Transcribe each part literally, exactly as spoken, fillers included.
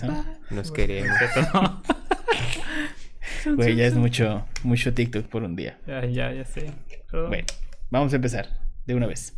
¿no? Nos queremos. Güey, ya es mucho, mucho TikTok por un día. Ya, ya, ya sé. Perdón. Bueno, vamos a empezar de una vez.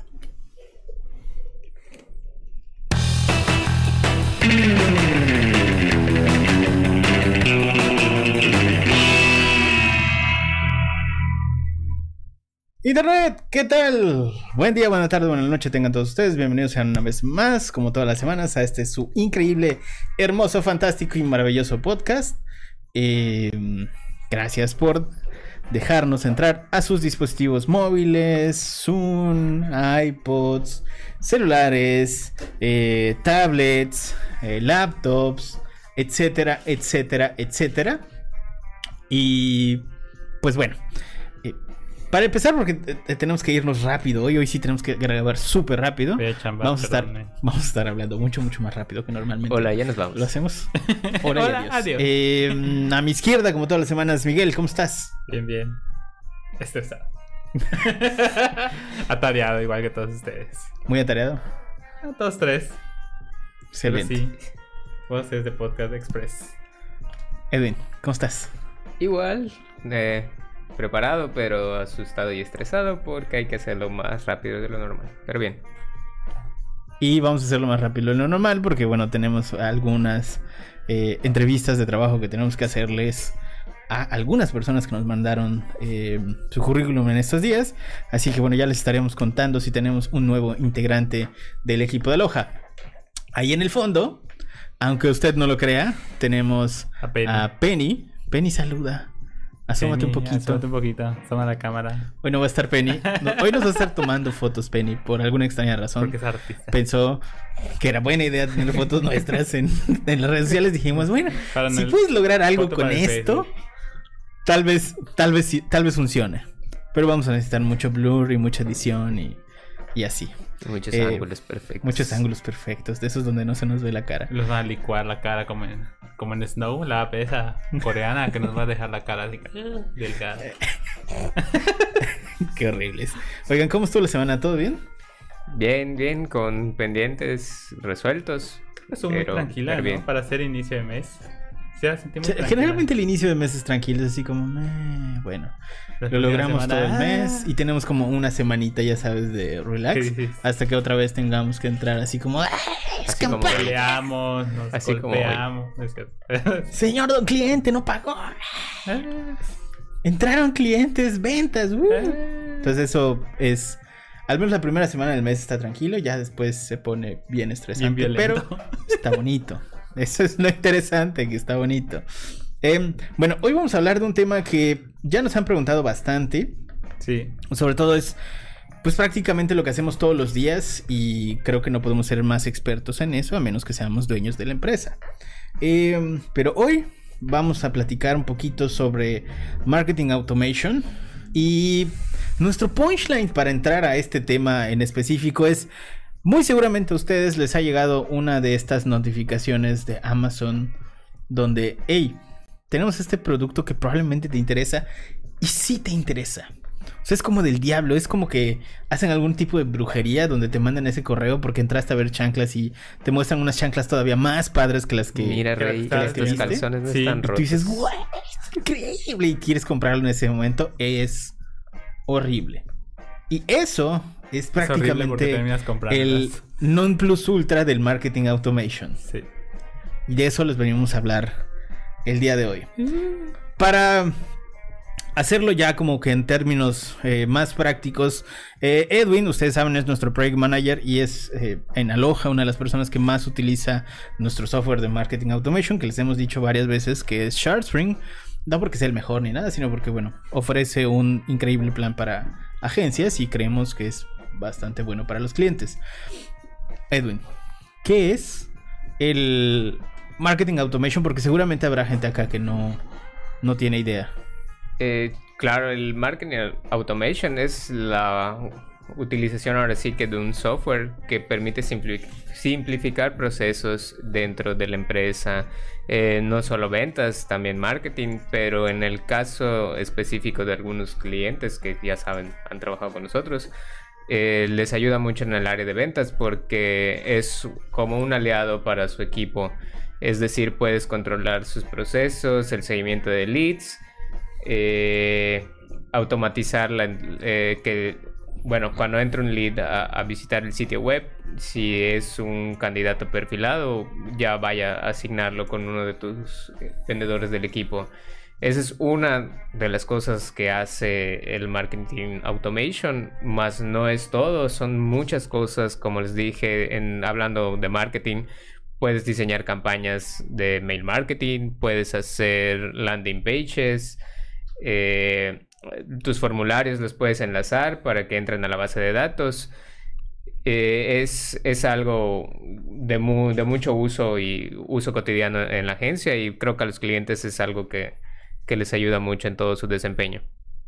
Internet, ¿qué tal? Buen día, buena tarde, buena noche tengan todos ustedes. Bienvenidos sean una vez más, como todas las semanas, a este su increíble, hermoso, fantástico y maravilloso podcast. Eh, gracias por dejarnos entrar a sus dispositivos móviles, Zoom, iPods, celulares, eh, tablets, eh, laptops, etcétera, etcétera, etcétera. Y pues bueno, eh, para empezar, porque eh, tenemos que irnos rápido hoy, hoy sí tenemos que grabar súper rápido. Voy a chambar, Vamos a estar, perdón, eh. vamos a estar hablando mucho, mucho más rápido que normalmente. Hola, ya nos vamos. ¿Lo hacemos? Hola, y Hola, adiós. adiós. Eh, a mi izquierda, como todas las semanas, Miguel, ¿cómo estás? Bien, bien. Estresado. Atareado, igual que todos ustedes. Muy atareado. A todos tres. Excelente. Pero sí. Voces de Podcast Express. Edwin, ¿cómo estás? Igual, eh, preparado, pero asustado y estresado porque hay que hacerlo más rápido de lo normal. Pero bien. Y vamos a hacerlo más rápido de lo normal porque, bueno, tenemos algunas eh, entrevistas de trabajo que tenemos que hacerles a algunas personas que nos mandaron eh, su currículum en estos días. Así que, bueno, ya les estaremos contando si tenemos un nuevo integrante del equipo de Aloha. Ahí en el fondo, aunque usted no lo crea, tenemos A Penny. a Penny. Penny, saluda. Asómate un Penny, poquito. Asómate un poquito. Asoma la cámara. Hoy no va a estar Penny. No, hoy nos va a estar tomando fotos Penny por alguna extraña razón. Porque es artista. Pensó que era buena idea tener fotos nuestras en, en las redes sociales. Dijimos, bueno, Para si el- puedes lograr algo foto con para el esto, Facebook. tal vez, tal vez, sí- tal vez funcione. Pero vamos a necesitar mucho blur y mucha edición y, y así. Muchos Eh, ángulos perfectos. Muchos ángulos perfectos, de esos donde no se nos ve la cara. Los van a licuar la cara como en, como en Snow, la pesa coreana que nos va a dejar la cara así delgada. Qué horribles. Oigan, ¿cómo estuvo la semana? ¿Todo bien? Bien, bien, con pendientes resueltos. Es muy pero- tranquila, pero ¿no? bien. Para ser inicio de mes. Sí, la sentí muy Sí, tranquila. generalmente el inicio de mes es tranquilo, es así como, meh, bueno, La lo primera logramos semana, todo el mes ah, y tenemos como una semanita, ya sabes, de relax, Sí, sí. hasta que otra vez tengamos que entrar así como, ¡ah, Así como escampar! Peleamos, nos Así como golpeamos. Es que- Señor don cliente, no pagó. Ah, Entraron clientes, ventas. uh. ah. Entonces eso es, al menos la primera semana del mes está tranquilo, ya después se pone bien estresante, Bien pero violento. está bonito. Eso es lo interesante, que está bonito. Eh, bueno, hoy vamos a hablar de un tema que ya nos han preguntado bastante. Sí. Sobre todo es, pues prácticamente lo que hacemos todos los días y creo que no podemos ser más expertos en eso a menos que seamos dueños de la empresa. Eh, pero hoy vamos a platicar un poquito sobre marketing automation y nuestro punchline para entrar a este tema en específico es, muy seguramente a ustedes les ha llegado una de estas notificaciones de Amazon donde, hey, tenemos este producto que probablemente te interesa y sí te interesa. O sea, es como del diablo, es como que hacen algún tipo de brujería donde te mandan ese correo porque entraste a ver chanclas y te muestran unas chanclas todavía más padres que las que... Mira, que Rey, estás que los viendo. calzones no Sí, están Y tú rotos. dices, ¡guau! Es increíble. Y quieres comprarlo en ese momento. Es horrible. Y eso es Es horrible porque prácticamente terminas comprando. el non plus ultra del marketing automation. Sí. Y de eso les venimos a hablar el día de hoy. Para hacerlo ya como que en términos eh, más prácticos, eh, Edwin, ustedes saben, es nuestro project manager y es eh, en Aloha una de las personas que más utiliza nuestro software de marketing automation, que les hemos dicho varias veces que es SharpSpring. No porque sea el mejor ni nada, sino porque, bueno, ofrece un increíble plan para agencias y creemos que es bastante bueno para los clientes. Edwin, ¿qué es el marketing automation? Porque seguramente habrá gente acá que no, no tiene idea. Eh, claro, el marketing automation es la utilización ahora sí que de un software que permite simpli- simplificar procesos dentro de la empresa, eh, no solo ventas, también marketing, pero en el caso específico de algunos clientes que ya saben, han trabajado con nosotros, eh, les ayuda mucho en el área de ventas porque es como un aliado para su equipo Es decir, puedes controlar sus procesos, el seguimiento de leads, eh, automatizar la, eh, que, bueno, cuando entra un lead a, a visitar el sitio web, si es un candidato perfilado, ya vaya a asignarlo con uno de tus vendedores del equipo. Esa es una de las cosas que hace el Marketing Automation, más no es todo, son muchas cosas, como les dije, en, hablando de marketing. Puedes diseñar campañas de mail marketing, puedes hacer landing pages, eh, tus formularios los puedes enlazar para que entren a la base de datos. Eh, es, es algo de, mu de mucho uso y uso cotidiano en la agencia, y creo que a los clientes es algo que, que les ayuda mucho en todo su desempeño.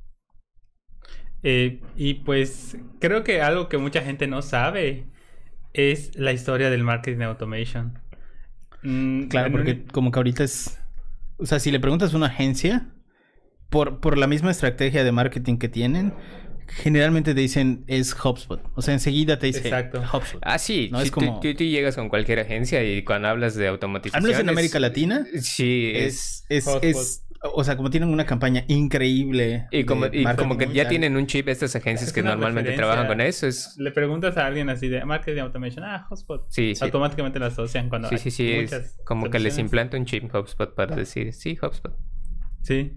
Eh, y pues creo que algo que mucha gente no sabe es la historia del marketing automation. Mm, Claro, porque un... como que ahorita es... O sea, si le preguntas a una agencia, por, por la misma estrategia de marketing que tienen, generalmente te dicen es HubSpot. O sea, enseguida te dice Exacto. HubSpot. Ah, sí. No, Si es tú, como... tú, tú llegas con cualquier agencia y cuando hablas de automatización... Al menos en América Latina, Sí, es... es, HubSpot. es o sea, como tienen una campaña increíble. Y como, de y marketing como que ya digital. tienen un chip estas agencias Es que una normalmente referencia. trabajan con eso. Es... Le preguntas a alguien así de marketing automation, ah, HubSpot. Sí, sí. Automáticamente la asocian cuando Sí, hay sí, sí. Es muchas como que les soluciones. implanta un chip HubSpot para decir, sí, HubSpot. Sí.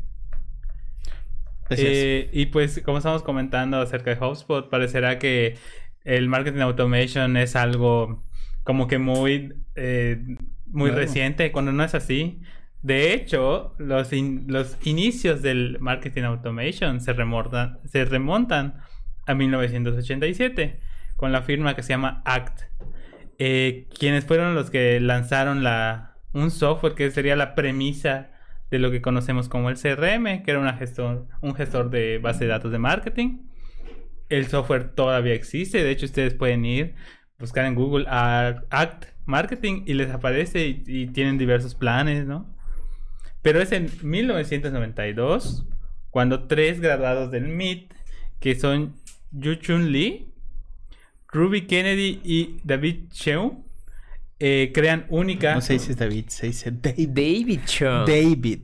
Así es. Eh, y pues, como estamos comentando acerca de HubSpot, parecerá que el marketing automation es algo como que muy, eh, muy Nuevo. reciente, cuando no es así. De hecho, los, in- los inicios del marketing automation se remontan, se remontan a mil novecientos ochenta y siete con la firma que se llama Act, eh, quienes fueron los que lanzaron la, un software que sería la premisa de lo que conocemos como el C R M, que era una gestor, un gestor de base de datos de marketing. El software todavía existe, de hecho ustedes pueden ir, buscar en Google a- Act Marketing y les aparece y, y tienen diversos planes, ¿no? Pero es en mil novecientos noventa y dos cuando tres graduados del M I T, que son Yu-Chun Lee, Ruby Kennedy y David Cheung, eh, crean Única. No se dice David, se dice David. David Chung. David.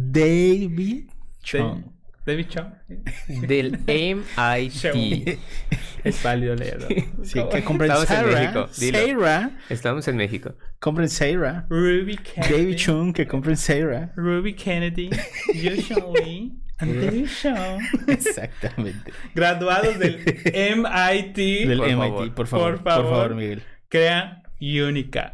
David Chung. David Cheung. Del M I T. Es válido leerlo. Sí, que compren Estamos en Sarah. México, dilo. Sarah. Estamos en México. Compren Sarah. Ruby Kennedy. David Chung, que compren Sarah. Ruby Kennedy. Yu-Chun Lee. And David Cheung. Exactamente. Graduados del M I T. Del Por M I T, favor. por favor. Por Por favor. favor, Miguel. Crean Única.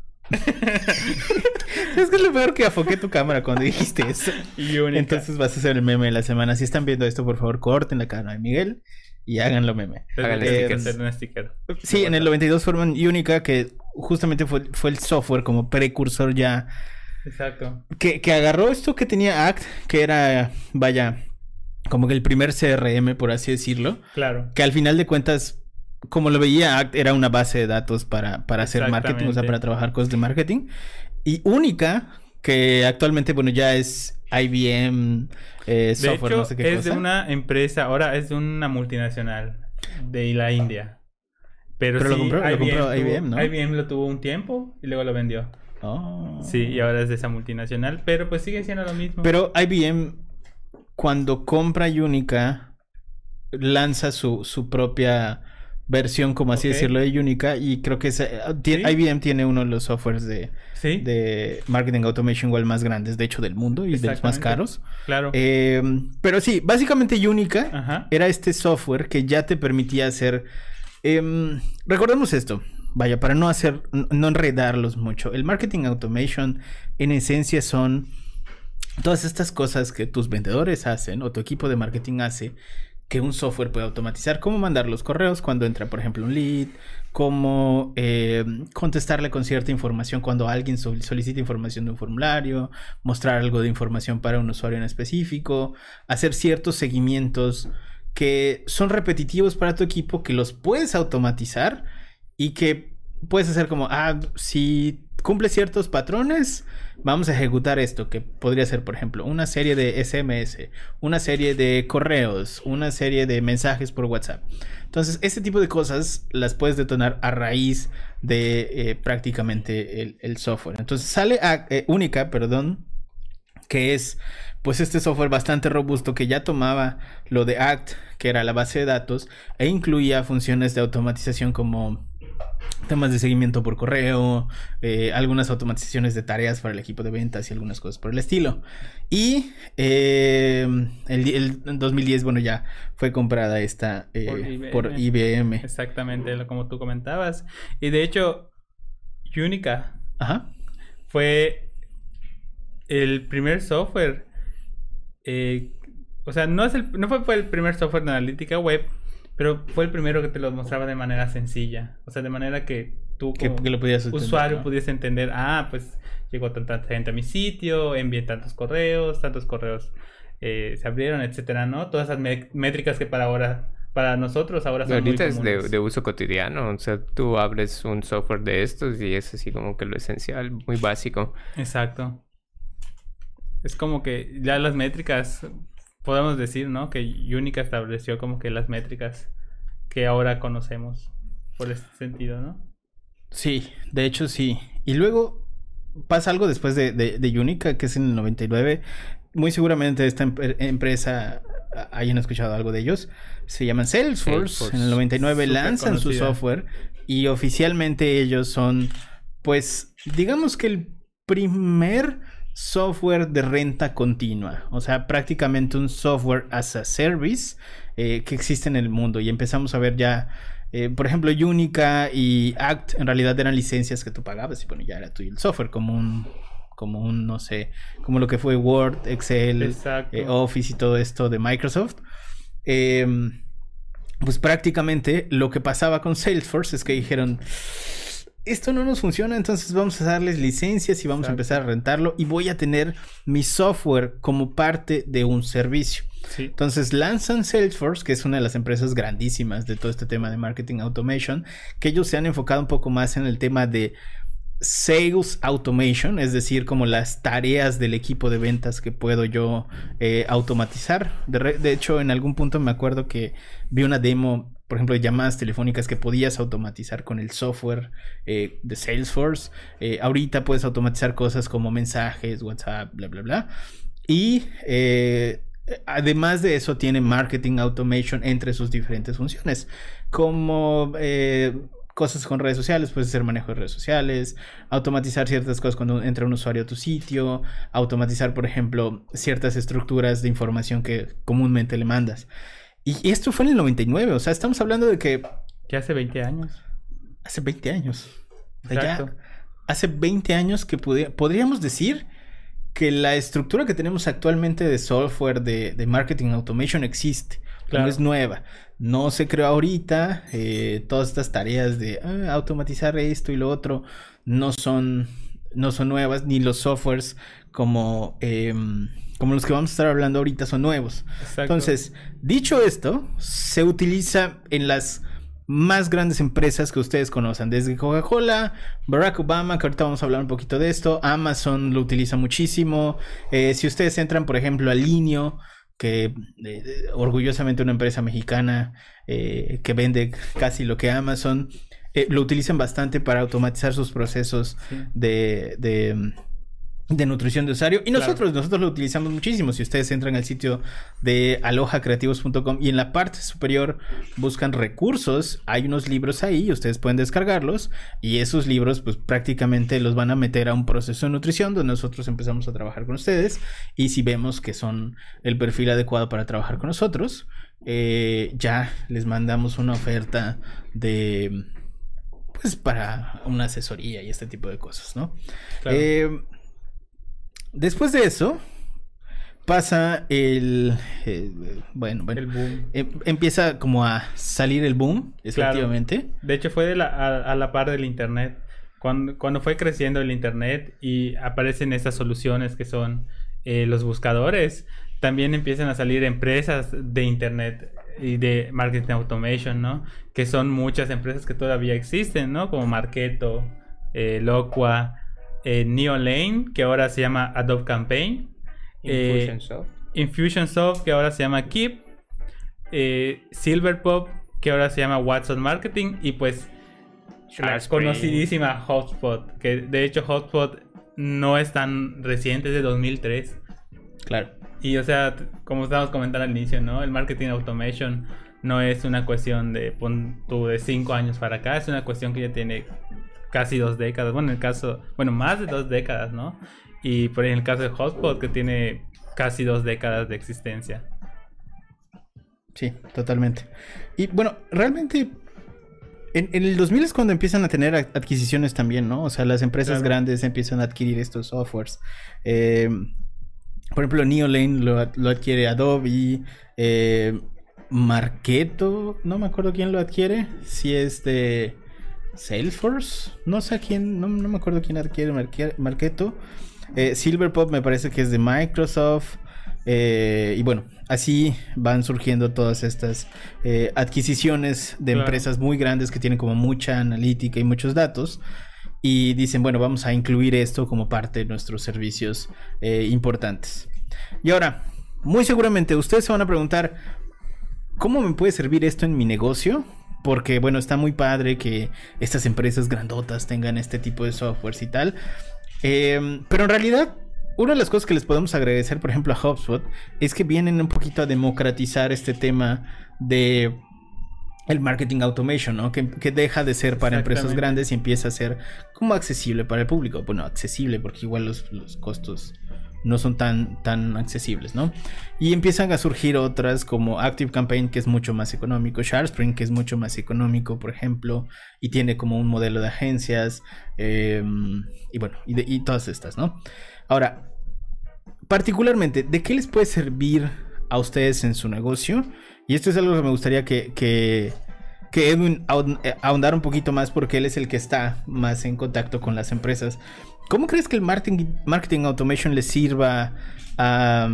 Es que es lo peor que afoqué tu cámara cuando dijiste eso. Única. Entonces vas a hacer el meme de la semana. Si están viendo esto, por favor, corten la cara de Miguel y háganlo meme. Háganle Tendría que stickers. hacer un sticker. Sí, en el noventa y dos forman Única, que justamente fue, fue el software como precursor ya. Exacto. Que, que agarró esto que tenía Act, que era, vaya, como que el primer C R M, por así decirlo. Claro. Que al final de cuentas, como lo veía Act, era una base de datos para, para hacer marketing, o sea, para trabajar cosas de marketing. Y Única, que actualmente, bueno, ya es I B M, eh, software, de hecho, no sé qué es cosa. de una empresa, ahora es de una multinacional de la India. Pero, Pero lo sí, compró- lo I B M compró I B M, tuvo- ¿no? I B M lo tuvo un tiempo y luego lo vendió. Oh. Sí, y ahora es de esa multinacional, pero pues sigue siendo lo mismo. Pero I B M, cuando compra Única, lanza su, su propia versión, como así Ok. decirlo, de Única. Y creo que ese- tie- ¿Sí? I B M tiene uno de los softwares de, sí, de marketing automation igual más grandes, de hecho, del mundo y de los más Exactamente. caros. claro. Eh, pero sí, básicamente Única Ajá. era este software que ya te permitía hacer... em, recordemos esto, vaya, para no hacer, no enredarlos mucho. El marketing automation, en esencia, son todas estas cosas que tus vendedores hacen o tu equipo de marketing hace, que un software puede automatizar. Cómo mandar los correos cuando entra, por ejemplo, un lead. Cómo eh, contestarle con cierta información cuando alguien sol- solicita información de un formulario. Mostrar algo de información para un usuario en específico. Hacer ciertos seguimientos que son repetitivos para tu equipo, que los puedes automatizar y que puedes hacer como, ah, si cumple ciertos patrones, vamos a ejecutar esto, que podría ser, por ejemplo, una serie de S M S, una serie de correos, una serie de mensajes por WhatsApp. Entonces, ese tipo de cosas las puedes detonar a raíz de eh, prácticamente el, el software. Entonces, sale a, eh, Única, perdón, que es pues este software bastante robusto que ya tomaba lo de Act, que era la base de datos, e incluía funciones de automatización como temas de seguimiento por correo, eh, algunas automatizaciones de tareas para el equipo de ventas y algunas cosas por el estilo. Y eh, el, el dos mil diez, bueno, ya fue comprada esta eh, por, I B M. por I B M. Exactamente, como tú comentabas. Y de hecho, Unica Ajá. fue el primer software. Eh, o sea, no, es el, no fue, fue el primer software de analítica web, pero fue el primero que te lo mostraba de manera sencilla. O sea, de manera que tú como que, que lo podías entender, usuario ¿no? pudiese entender, ah, pues llegó tanta gente a mi sitio, envié tantos correos, tantos correos eh, se abrieron, etcétera, ¿no? Todas esas me- métricas que para ahora, para nosotros ahora son ahorita muy es comunes. de, de uso cotidiano. O sea, tú abres un software de estos y es así como que lo esencial, muy básico. Exacto. Es como que ya las métricas, podemos decir, ¿no? Que Unica estableció como que las métricas que ahora conocemos por este sentido, ¿no? Sí, de hecho sí. Y luego pasa algo después de, de, de Unica, que es en el noventa y nueve. Muy seguramente esta em- empresa, hayan escuchado algo de ellos. Se llaman Salesforce. Salesforce. En el noventa y nueve Súper lanzan su conocida. software y oficialmente ellos son, pues, digamos que el primer software de renta continua. O sea, prácticamente un software as a service eh, que existe en el mundo. Y empezamos a ver ya, eh, por ejemplo, Unica y Act en realidad eran licencias que tú pagabas y bueno, ya era tuyo el software, como un, como un, no sé, como lo que fue Word, Excel, Exacto. eh, Office y todo esto de Microsoft. Eh, pues prácticamente lo que pasaba con Salesforce es que dijeron, esto no nos funciona, entonces vamos a darles licencias y vamos Exacto. a empezar a rentarlo y voy a tener mi software como parte de un servicio. Sí. Entonces lanzan Salesforce, que es una de las empresas grandísimas de todo este tema de marketing automation, que ellos se han enfocado un poco más en el tema de sales automation, es decir, como las tareas del equipo de ventas que puedo yo eh, automatizar. De, re- de hecho, en algún punto me acuerdo que vi una demo, por ejemplo, de llamadas telefónicas que podías automatizar con el software eh, de Salesforce. Eh, ahorita puedes automatizar cosas como mensajes, WhatsApp, bla, bla, bla. Y eh, además de eso, tiene marketing automation entre sus diferentes funciones, como eh, cosas con redes sociales, puedes hacer manejo de redes sociales, automatizar ciertas cosas cuando entra un usuario a tu sitio, automatizar, por ejemplo, ciertas estructuras de información que comúnmente le mandas. Y esto fue en el noventa y nueve, o sea, estamos hablando de que Que hace veinte años. hace veinte años. O sea, ya Exacto. hace veinte años que pudi- podríamos decir que la estructura que tenemos actualmente de software de, de marketing automation existe. Claro. No es nueva. No se creó ahorita. Eh, todas estas tareas de ah, automatizar esto y lo otro no son, no son nuevas. Ni los softwares como, eh, como los que vamos a estar hablando ahorita son nuevos. Exacto. Entonces, dicho esto, se utiliza en las más grandes empresas que ustedes conocen, desde Coca-Cola, Barack Obama, que ahorita vamos a hablar un poquito de esto, Amazon lo utiliza muchísimo. Eh, si ustedes entran, por ejemplo, a Linio, que eh, orgullosamente una empresa mexicana eh, que vende casi lo que Amazon, eh, lo utilizan bastante para automatizar sus procesos Sí. de, de, de nutrición de usuario. Y nosotros, Claro. nosotros lo utilizamos muchísimo. Si ustedes entran al sitio de aloha creativos punto com y en la parte superior buscan recursos, hay unos libros ahí, ustedes pueden descargarlos y esos libros pues prácticamente los van a meter a un proceso de nutrición donde nosotros empezamos a trabajar con ustedes y si vemos que son el perfil adecuado para trabajar con nosotros, eh, ya les mandamos una oferta de pues para una asesoría y este tipo de cosas, ¿no? Claro. Eh, después de eso pasa el, el- bueno, bueno El boom. em- empieza como a salir el boom, efectivamente. De hecho, fue de la, a, a la par del internet. Cuando, cuando fue creciendo el internet y aparecen estas soluciones que son eh, los buscadores, también empiezan a salir empresas de internet y de marketing automation, ¿no? Que son muchas empresas que todavía existen, ¿no? Como Marketo, eh, Locua, eh, Neolane, que ahora se llama Adobe Campaign, Infusionsoft. eh, Infusionsoft, que ahora se llama Keep, eh, Silverpop, que ahora se llama Watson Marketing, y pues la conocidísima HubSpot, que de hecho HubSpot no es tan reciente, es de dos mil tres. Claro. Y o sea, como estábamos comentando al inicio, ¿no? El marketing automation no es una cuestión de, pon tú, de cinco años para acá, es una cuestión que ya tiene casi dos décadas. Bueno, en el caso, bueno, más de dos décadas, ¿no? Y por ejemplo, en el caso de HubSpot, que tiene casi dos décadas de existencia. Sí, totalmente. Y bueno, realmente en, en el dos mil es cuando empiezan a tener adquisiciones también, ¿no? O sea, las empresas claro. grandes empiezan a adquirir estos softwares. Eh, por ejemplo, Neolane lo, lo adquiere Adobe, eh, Marketo, no me acuerdo quién lo adquiere, si es de Salesforce, no sé quién, no, no me acuerdo quién adquiere Marketo. Eh, Silverpop me parece que es de Microsoft. Eh, y bueno, así van surgiendo todas estas eh, adquisiciones de claro. empresas muy grandes que tienen como mucha analítica y muchos datos. Y dicen, bueno, vamos a incluir esto como parte de nuestros servicios eh, importantes. Y ahora, muy seguramente ustedes se van a preguntar, ¿cómo me puede servir esto en mi negocio? Porque, bueno, está muy padre que estas empresas grandotas tengan este tipo de softwares y tal. Eh, pero en realidad, una de las cosas que les podemos agradecer, por ejemplo, a HubSpot, es que vienen un poquito a democratizar este tema de el marketing automation, ¿no? Que, que deja de ser para empresas grandes y empieza a ser como accesible para el público. Bueno, accesible porque igual los, los costos no son tan, tan accesibles, ¿no? Y empiezan a surgir otras como ActiveCampaign, que es mucho más económico, SharpSpring, que es mucho más económico, por ejemplo, y tiene como un modelo de agencias, eh, y bueno, y, de, y todas estas, ¿no? Ahora, particularmente, ¿de qué les puede servir a ustedes en su negocio? Y esto es algo que me gustaría que, que, que Edwin ahondara un poquito más, porque él es el que está más en contacto con las empresas. ¿Cómo crees que el marketing, marketing automation le sirva a,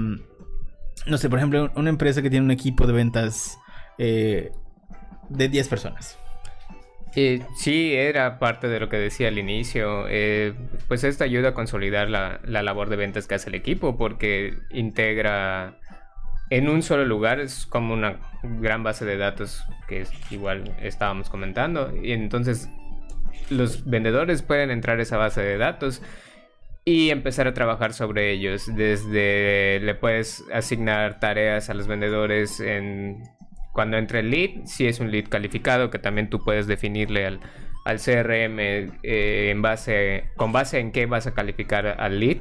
no sé, por ejemplo, una empresa que tiene un equipo de ventas eh, de diez personas? Eh, sí, era parte de lo que decía al inicio. Eh, pues esto ayuda a consolidar la, la labor de ventas que hace el equipo, porque integra en un solo lugar, es como una gran base de datos que es, igual estábamos comentando, y entonces los vendedores pueden entrar a esa base de datos y empezar a trabajar sobre ellos. Desde le puedes asignar tareas a los vendedores en cuando entre el lead, si es un lead calificado, que también tú puedes definirle al, al C R M eh, en base, con base en qué vas a calificar al lead.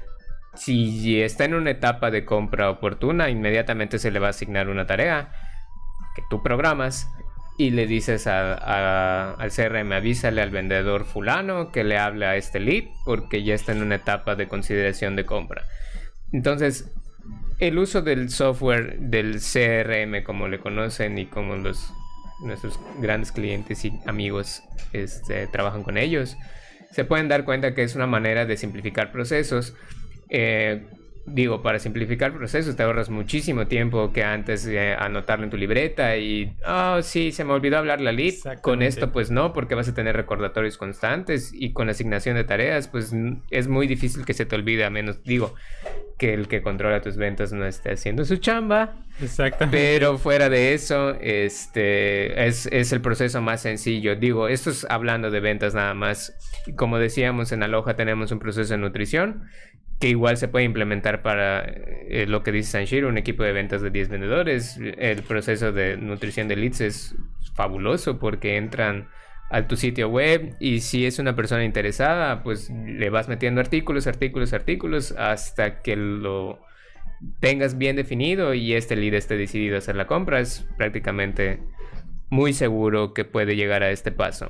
Si está en una etapa de compra oportuna, inmediatamente se le va a asignar una tarea que tú programas y le dices a, a, al C R M, avísale al vendedor fulano que le hable a este lead porque ya está en una etapa de consideración de compra. Entonces, el uso del software del C R M, como le conocen y como los, nuestros grandes clientes y amigos este, trabajan con ellos, se pueden dar cuenta que es una manera de simplificar procesos. Eh, digo, para simplificar procesos te ahorras muchísimo tiempo que antes de anotarlo en tu libreta y, oh, sí, se me olvidó hablar la lead. Con esto, pues no, porque vas a tener recordatorios constantes y con asignación de tareas, pues es muy difícil que se te olvide, a menos, digo, que el que controla tus ventas no esté haciendo su chamba. Exactamente. Pero fuera de eso, este es, es el proceso más sencillo. Digo, esto es hablando de ventas nada más. Como decíamos, en Aloha tenemos un proceso de nutrición que igual se puede implementar para eh, lo que dice Sanshiro, un equipo de ventas de diez vendedores. El proceso de nutrición de leads es fabuloso porque entran a tu sitio web y si es una persona interesada, pues le vas metiendo artículos, artículos, artículos hasta que lo tengas bien definido y este lead esté decidido a hacer la compra. Es prácticamente muy seguro que puede llegar a este paso.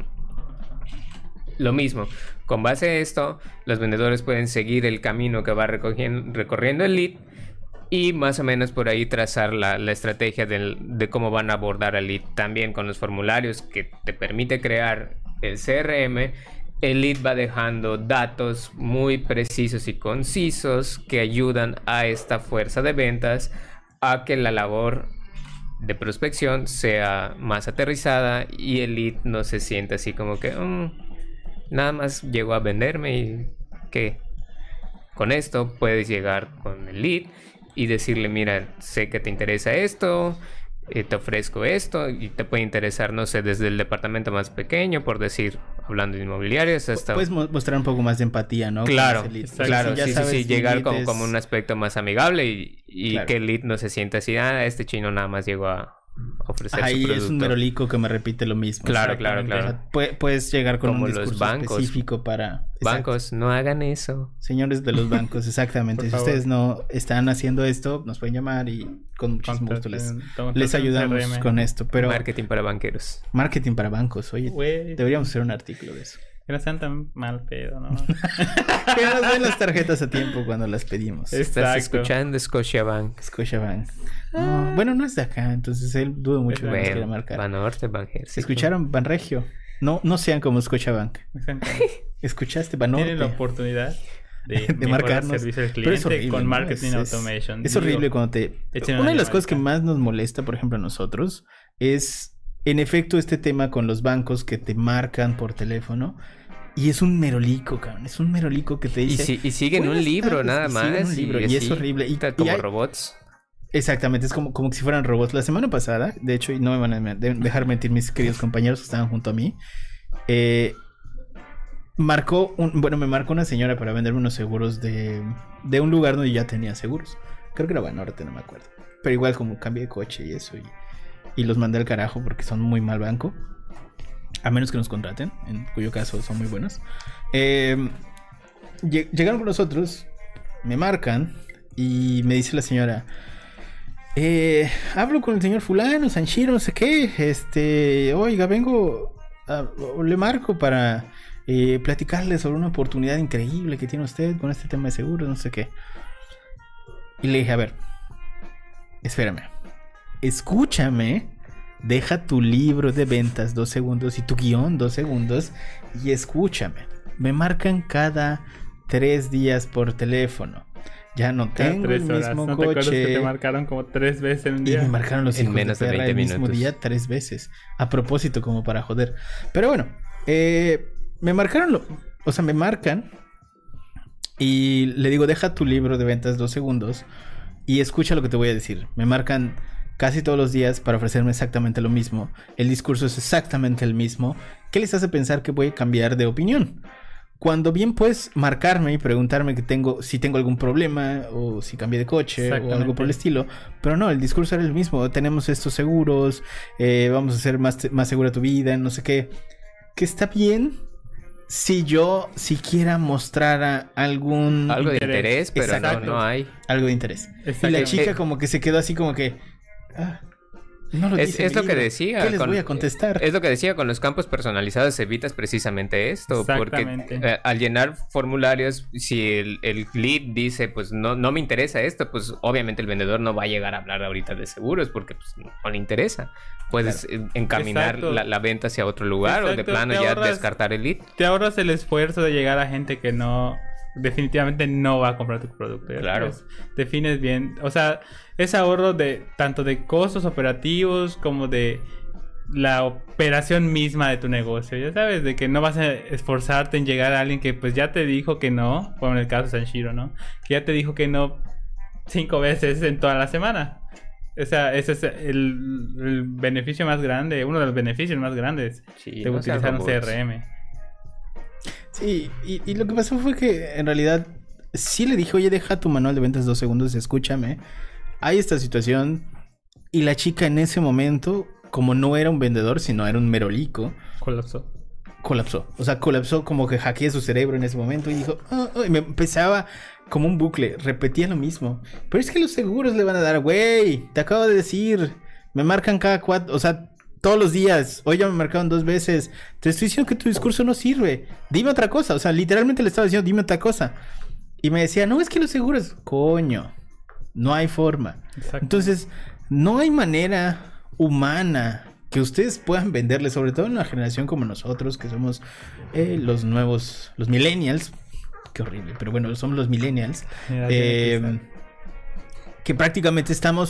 Lo mismo, con base a esto, los vendedores pueden seguir el camino que va recorriendo el lead y más o menos por ahí trazar la, la estrategia del, de cómo van a abordar al lead. También con los formularios que te permite crear el C R M, el lead va dejando datos muy precisos y concisos que ayudan a esta fuerza de ventas a que la labor de prospección sea más aterrizada y el lead no se sienta así como que... Um, nada más llegó a venderme y que con esto puedes llegar con el lead y decirle, mira, sé que te interesa esto, eh, te ofrezco esto, y te puede interesar, no sé, desde el departamento más pequeño, por decir, hablando de inmobiliarias, hasta... Puedes mo- mostrar un poco más de empatía, ¿no? Claro, Con ese lead. claro, Si ya sí, sí, sabes sí, que llegar lead como, es- como un aspecto más amigable y, y Claro. que el lead no se sienta así, ah, este chino nada más llegó a ofrecer Ahí su producto. es un merolico que me repite lo mismo. Claro, claro, Exactamente. claro. O sea, pu- puedes llegar con Como un los discurso bancos. específico para... Bancos, no hagan eso. Señores de los bancos, exactamente. Por Si favor. ustedes no están haciendo esto, nos pueden llamar y con muchísimo gusto les, les ayudamos con esto. Pero Marketing para banqueros. marketing para bancos, oye, Güey, deberíamos hacer un artículo de eso. que no sean tan mal pedo, ¿no? Que nos den las tarjetas a tiempo cuando las pedimos. Es- Estás Exacto. escuchando Scotiabank. Scotiabank. No, bueno, no es de acá, entonces él dudo mucho que nos quiera Bueno, marcar. Banorte, Banjército. ¿Escucharon Banregio? No, no sean como Scotiabank. Exacto. ¿Escuchaste Tienen la Banorte? oportunidad de, De mejorar marcarnos. el servicio al Pero es cliente horrible, con ¿no? marketing Es- es- automation. Es Digo, horrible cuando te... echen Una de una las cosas que llamadita. más nos molesta, por ejemplo, a nosotros, es, en efecto, este tema con los bancos que te marcan por teléfono. Y es un merolico, cabrón. Es un merolico que te Y, dice... si- y siguen un "Buenas libro tardes", nada y más. siguen un libro, y es así, horrible. Y- ta- y como hay- robots. Exactamente, es como, como si fueran robots. La semana pasada, de hecho, y no me van a de- dejar mentir mis queridos compañeros que estaban junto a mí, eh, marcó, un, bueno, me marcó una señora para venderme unos seguros de, de un lugar donde ya tenía seguros. Creo que era Banorte, no me acuerdo. Pero igual como cambié de coche y eso, y, y los mandé al carajo porque son muy mal banco. A menos que nos contraten, en cuyo caso son muy buenos. Eh, lleg- llegaron con nosotros, me marcan y me dice la señora... Eh, hablo con el señor fulano, Sanchiro, no sé qué. Este, oiga, vengo, a- o le marco para eh, platicarle sobre una oportunidad increíble que tiene usted con este tema de seguros, no sé qué. Y le dije, a ver, espérame, escúchame, deja tu libro de ventas dos segundos y tu guión dos segundos y escúchame. Me marcan cada tres días por teléfono. Ya no cada tengo tres el horas. mismo ¿No te acuerdas que coche. te marcaron como tres veces en un Y día? me marcaron los En hijos menos de de perra veinte el mismo minutos. día tres veces. A propósito, como para joder. Pero bueno, eh, me marcaron, lo, o sea, me marcan y le digo, deja tu libro de ventas dos segundos y escucha lo que te voy a decir. Me marcan casi todos los días para ofrecerme exactamente lo mismo. El discurso es exactamente el mismo. ¿Qué les hace pensar que voy a cambiar de opinión? Cuando bien puedes marcarme y preguntarme que tengo, si tengo algún problema o si cambié de coche o algo por el estilo, pero no, el discurso era el mismo. Tenemos estos seguros, eh, vamos a hacer más, más segura tu vida, no sé qué. Que está bien si yo siquiera mostrara algún Algo de Interés. interés, pero no, Exacto. no hay. algo de interés. Y Exacto. la Eh, chica eh, como que se quedó así como que ah, no lo Es, dice es mi lo que libro. decía. ¿Qué les con- voy a contestar? Es lo que decía, con los campos personalizados evitas precisamente esto. Porque Exactamente. eh, al llenar formularios, si el, el lead dice, pues no, no me interesa esto, pues obviamente el vendedor no va a llegar a hablar ahorita de seguros porque pues, no, no le interesa. Puedes eh, encaminar Exacto. la, la venta hacia otro lugar o de Exacto, plano te ya ahorras- descartar el lead. Te ahorras el esfuerzo de llegar a gente que no... definitivamente no va a comprar tu producto. ¿ya Claro. sabes? Defines bien. O sea, es ahorro de tanto de costos operativos como de la operación misma de tu negocio. Ya sabes, de que no vas a esforzarte en llegar a alguien que pues ya te dijo que no, como en el caso de Sanchiro, ¿no? Que ya te dijo que no cinco veces en toda la semana. O sea, ese es el, el beneficio más grande, uno de los beneficios más grandes Sí, de no sean utilizar un C robots. R M. Sí, y, y lo que pasó fue que en realidad sí le dije, oye, deja tu manual de ventas dos segundos, escúchame. Hay esta situación y la chica en ese momento, como no era un vendedor, sino era un merolico, Colapsó. colapsó. O sea, colapsó como que hackeé su cerebro en ese momento y dijo, "Ah, ah", y me empezaba como un bucle, repetía lo mismo. Pero es que los seguros le van a dar, güey, te acabo de decir, me marcan cada cuatro, o sea, todos los días, hoy ya me marcaron dos veces, te estoy diciendo que tu discurso no sirve, dime otra cosa, o sea, literalmente le estaba diciendo, dime otra cosa. Y me decía, no, es que los seguros, coño, no hay forma. Exacto. Entonces, no hay manera humana que ustedes puedan venderle, sobre todo en una generación como nosotros, que somos eh, los nuevos, los millennials. Qué horrible, pero bueno, somos los millennials. Mira, eh, tiene que que prácticamente estamos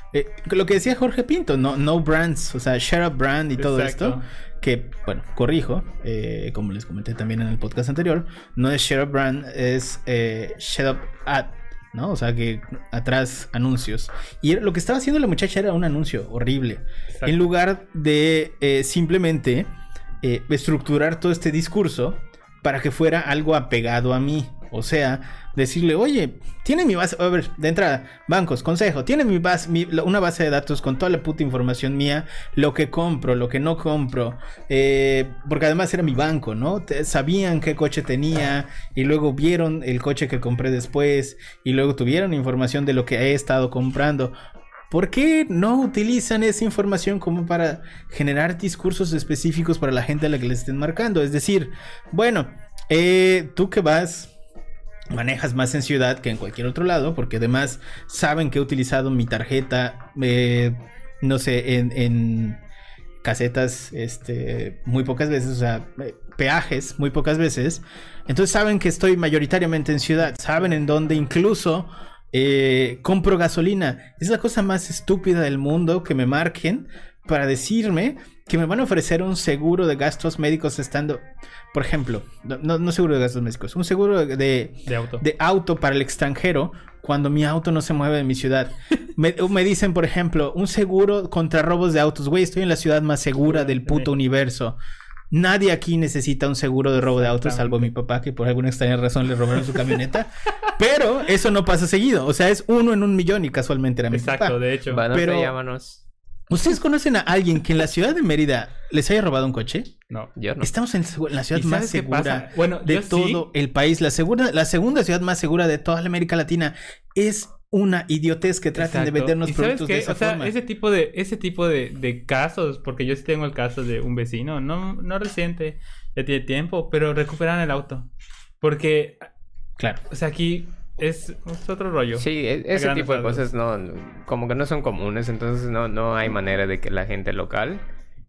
Eh, lo que decía Jorge Pinto, no, no brands, o sea, share up brand y todo Exacto. esto, que, bueno, corrijo, eh, como les comenté también en el podcast anterior, no es share up brand, es eh, share up ad, ¿no? O sea, que atrás anuncios. Y lo que estaba haciendo la muchacha era un anuncio horrible. Exacto. En lugar de eh, simplemente eh, estructurar todo este discurso para que fuera algo apegado a mí. O sea, decirle, oye, tiene mi base, a ver, de entrada, bancos, consejo, tiene mi base, mi, una base de datos con toda la puta información mía, lo que compro, lo que no compro, eh, porque además era mi banco, ¿no? Te, sabían qué coche tenía y luego vieron el coche que compré después y luego tuvieron información de lo que he estado comprando. ¿Por qué no utilizan esa información como para generar discursos específicos para la gente a la que les estén marcando? Es decir, bueno, eh, tú que vas... manejas más en ciudad que en cualquier otro lado, porque además saben que he utilizado mi tarjeta, eh, no sé, en, en casetas este, muy pocas veces, o sea, peajes muy pocas veces. Entonces saben que estoy mayoritariamente en ciudad, saben en dónde incluso eh, compro gasolina. Es la cosa más estúpida del mundo que me marquen para decirme que me van a ofrecer un seguro de gastos médicos estando, por ejemplo, no, no seguro de gastos médicos, un seguro de, de, auto. de auto para el extranjero cuando mi auto no se mueve de mi ciudad. Me, me dicen, por ejemplo, un seguro contra robos de autos. Güey, estoy en la ciudad más segura del puto universo. Nadie aquí necesita un seguro de robo de autos, salvo mi papá, que por alguna extraña razón le robaron su camioneta. Pero eso no pasa seguido. O sea, es uno en un millón y casualmente era mi Exacto, papá. de hecho. Bueno, pero... llámanos. ¿Ustedes conocen a alguien que en la ciudad de Mérida les haya robado un coche? No, yo no. Estamos en la ciudad más segura bueno, de todo sí. el país. La, segura, la segunda ciudad más segura de toda la América Latina. Es una idiotez que traten Exacto. de vendernos productos qué? de esa o sea, forma. Ese tipo de, ese tipo de, de casos, porque yo sí tengo el caso de un vecino, no, no reciente, ya tiene tiempo, pero recuperan el auto. Porque, claro, o sea, aquí... Es, es otro rollo. Sí, e- ese tipo de cosas no, como que no son comunes, entonces no, no hay manera de que la gente local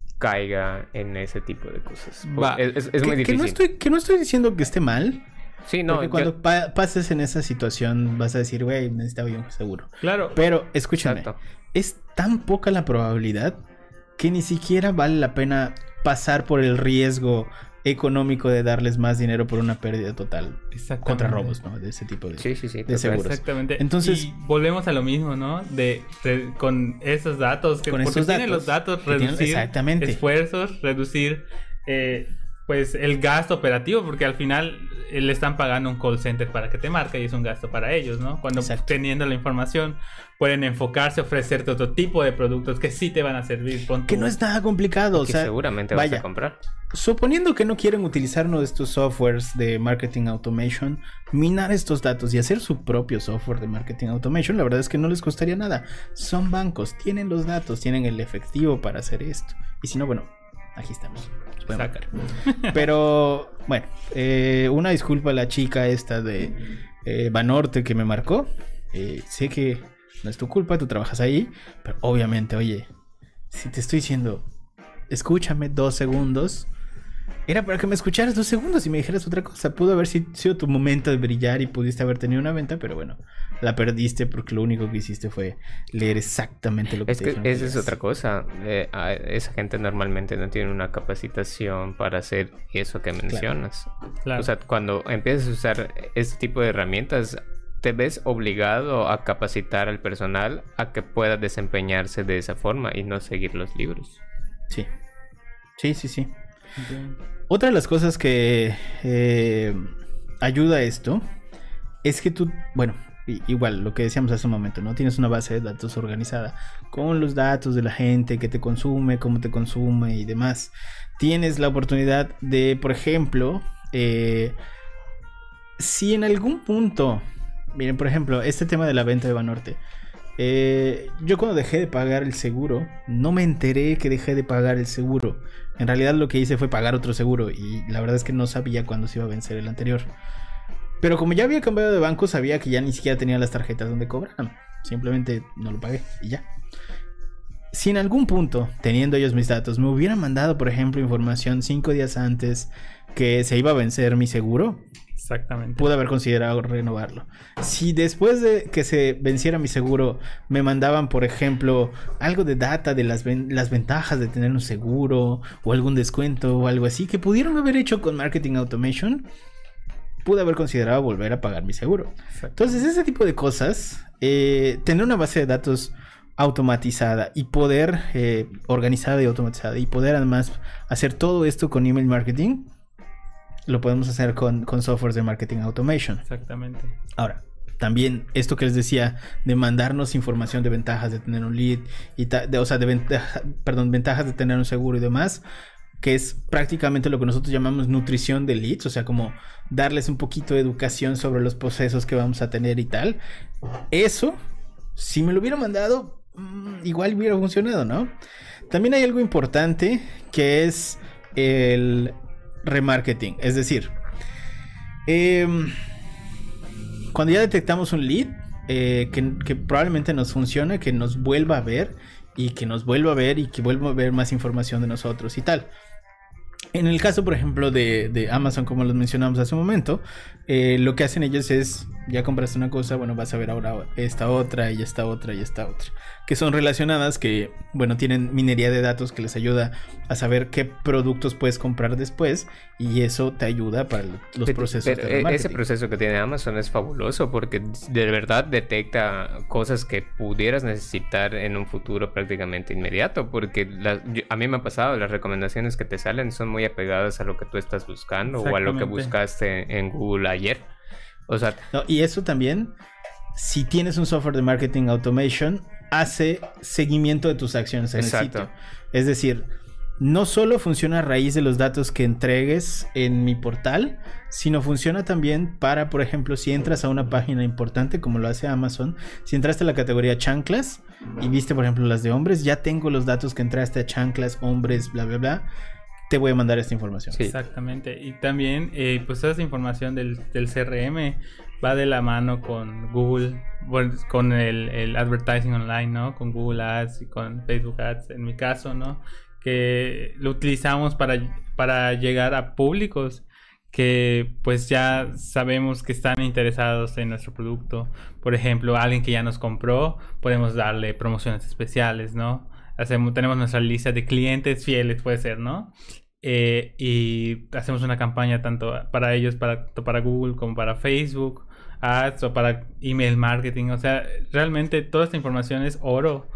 caiga en ese tipo de cosas. Va. Es, es, es muy que, difícil. que, no estoy, que no estoy diciendo que esté mal. Sí, no. Porque cuando yo... pa pases en esa situación vas a decir, güey, necesitaba yo un seguro. Claro. Pero, escúchame, Exacto. es tan poca la probabilidad que ni siquiera vale la pena pasar por el riesgo económico de darles más dinero por una pérdida total contra robos, ¿no? De ese tipo de, sí, sí, sí, de seguros. Exactamente. Entonces, y volvemos a lo mismo, ¿no? De, de con esos datos que con porque esos tienen datos, los datos, tienen, reducir exactamente. esfuerzos, reducir eh, pues el gasto operativo, porque al final eh, le están pagando un call center para que te marque y es un gasto para ellos, ¿no? Cuando Exacto. teniendo la información pueden enfocarse, ofrecerte otro tipo de productos que sí te van a servir. Con que tu... no es nada complicado, o que sea, seguramente vaya, vas a comprar. Suponiendo que no quieren utilizar uno de estos softwares de marketing automation, minar estos datos y hacer su propio software de marketing automation, la verdad es que no les costaría nada. Son bancos, tienen los datos, tienen el efectivo para hacer esto. Y si no, bueno, aquí estamos. Nos pueden marcar. Pero, bueno, eh, una disculpa a la chica esta de eh, Banorte que me marcó. Eh, sé que no es tu culpa, tú trabajas ahí, pero obviamente, oye, si te estoy diciendo, escúchame dos segundos, era para que me escucharas dos segundos y me dijeras otra cosa. Pudo haber sido tu momento de brillar y pudiste haber tenido una venta, pero bueno, la perdiste porque lo único que hiciste fue leer exactamente lo que Es te que dijeron. esa es otra cosa. Eh, a- esa gente normalmente no tiene una capacitación para hacer eso que mencionas. Claro. O sea, cuando empiezas a usar este tipo de herramientas, te ves obligado a capacitar al personal a que pueda desempeñarse de esa forma y no seguir los libros. Sí, sí, sí, sí. Otra de las cosas que eh, ayuda a esto es que tú, bueno, i- igual lo que decíamos hace un momento, ¿no? Tienes una base de datos organizada con los datos de la gente que te consume, cómo te consume y demás. Tienes la oportunidad de, por ejemplo, eh, si en algún punto, miren, por ejemplo, este tema de la venta de Banorte. Eh, yo cuando dejé de pagar el seguro, no me enteré que dejé de pagar el seguro. En realidad lo que hice fue pagar otro seguro y la verdad es que no sabía cuándo se iba a vencer el anterior. Pero como ya había cambiado de banco, sabía que ya ni siquiera tenía las tarjetas donde cobraban. Simplemente no lo pagué y ya. si en algún punto, teniendo ellos mis datos, me hubieran mandado, por ejemplo, información cinco días antes que se iba a vencer mi seguro, exactamente, pude haber considerado renovarlo. Si después de que se venciera mi seguro me mandaban, por ejemplo, algo de data de las, ven- las ventajas de tener un seguro o algún descuento o algo así que pudieron haber hecho con Marketing Automation, pude haber considerado volver a pagar mi seguro. Entonces, ese tipo de cosas, eh, tener una base de datos automatizada y poder eh, organizada y automatizada y poder además hacer todo esto con email marketing, lo podemos hacer con, con softwares de marketing automation. Exactamente. Ahora, también esto que les decía de mandarnos información de ventajas de tener un lead y ta- de, o sea, de ventaja, perdón, ventajas de tener un seguro y demás, que es prácticamente lo que nosotros llamamos nutrición de leads, o sea, como darles un poquito de educación sobre los procesos que vamos a tener y tal. Eso, si me lo hubiera mandado, igual hubiera funcionado, ¿no? También hay algo importante que es el remarketing. Es decir, eh, cuando ya detectamos un lead eh, que, que probablemente nos funcione, que nos vuelva a ver y que nos vuelva a ver y que vuelva a ver más información de nosotros y tal. En el caso, por ejemplo, de, de Amazon, como los mencionamos hace un momento, eh, lo que hacen ellos es, ya compraste una cosa, bueno, vas a ver ahora esta otra y esta otra y esta otra, que son relacionadas, que, bueno, tienen minería de datos que les ayuda a saber qué productos puedes comprar después, y eso te ayuda para los pero, procesos pero de remarketing. Ese proceso que tiene Amazon es fabuloso porque de verdad detecta cosas que pudieras necesitar en un futuro prácticamente inmediato, porque la, yo, a mí me ha pasado, las recomendaciones que te salen son muy apegadas a lo que tú estás buscando o a lo que buscaste en Google ayer. O sea, no, y eso también, si tienes un software de marketing automation, hace seguimiento de tus acciones en exacto. el sitio. Es decir, no solo funciona a raíz de los datos que entregues en mi portal, sino funciona también para, por ejemplo, si entras a una página importante como lo hace Amazon, si entraste a la categoría chanclas y viste, por ejemplo, las de hombres, ya tengo los datos que entraste a chanclas, hombres, bla, bla, bla. Te voy a mandar esta información. Sí. Exactamente. Y también, eh, pues toda esa información del, del C R M va de la mano con Google, bueno, con el, el advertising online, ¿no? Con Google Ads y con Facebook Ads, en mi caso, ¿no? Que lo utilizamos para, para llegar a públicos que pues ya sabemos que están interesados en nuestro producto. Por ejemplo, alguien que ya nos compró, podemos darle promociones especiales, ¿no? Hacemos, tenemos nuestra lista de clientes fieles, puede ser, ¿no? Eh, y hacemos una campaña tanto para ellos, para, para Google, como para Facebook Ads o para email marketing. O sea, realmente toda esta información es oro.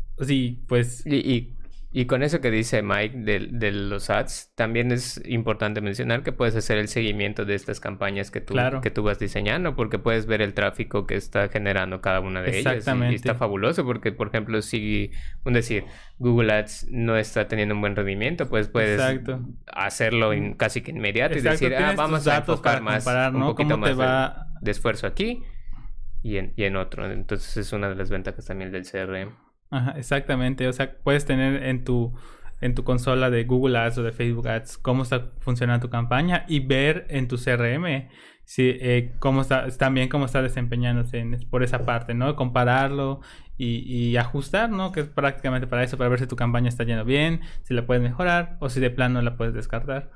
Sí, pues... Y, y, y con eso que dice Mike de, de los ads, también es importante mencionar que puedes hacer el seguimiento de estas campañas que tú, claro. que tú vas diseñando, porque puedes ver el tráfico que está generando cada una de ellas. Y, y está fabuloso porque, por ejemplo, si, un decir, Google Ads no está teniendo un buen rendimiento, pues puedes Exacto. hacerlo in, casi que inmediato Exacto. y decir, ah, vamos a enfocar más, comparar, ¿no? un poquito más va... de, de esfuerzo aquí y en, y en otro. Entonces es una de las ventajas también del C R M. Ajá, exactamente, o sea, puedes tener en tu en tu consola de Google Ads o de Facebook Ads cómo está funcionando tu campaña y ver en tu C R M si eh, cómo está también cómo está desempeñándose en, por esa parte, ¿no? Compararlo y, y ajustar, ¿no? Que es prácticamente para eso, para ver si tu campaña está yendo bien, si la puedes mejorar o si de plano la puedes descartar.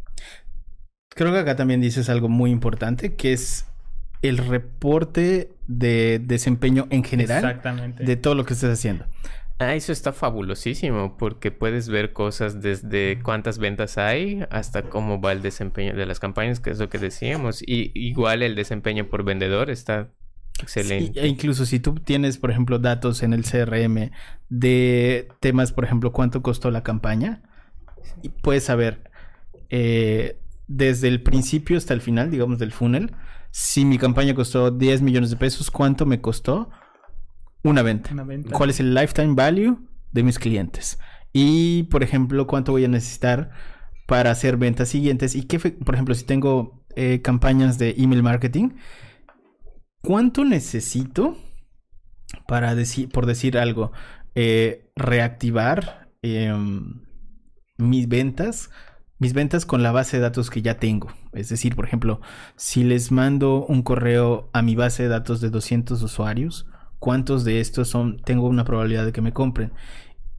Creo que acá también dices algo muy importante, que es el reporte de desempeño en general. Exactamente. De todo lo que estés haciendo. Ah, eso está fabulosísimo porque puedes ver cosas desde cuántas ventas hay hasta cómo va el desempeño de las campañas, que es lo que decíamos. Y igual el desempeño por vendedor está excelente. Sí, e incluso si tú tienes, por ejemplo, datos en el C R M de temas, por ejemplo, cuánto costó la campaña, y puedes saber eh, desde el principio hasta el final, digamos, del funnel. Si mi campaña costó diez millones de pesos, ¿cuánto me costó una venta? Una venta. ¿Cuál es el lifetime value de mis clientes? Y, por ejemplo, ¿cuánto voy a necesitar para hacer ventas siguientes? Y qué, por ejemplo, si tengo eh, campañas de email marketing, ¿cuánto necesito para decir, por decir algo, eh, reactivar eh, mis ventas? Mis ventas con la base de datos que ya tengo. Es decir, por ejemplo, si les mando un correo a mi base de datos de doscientos usuarios, ¿cuántos de estos son tengo una probabilidad de que me compren?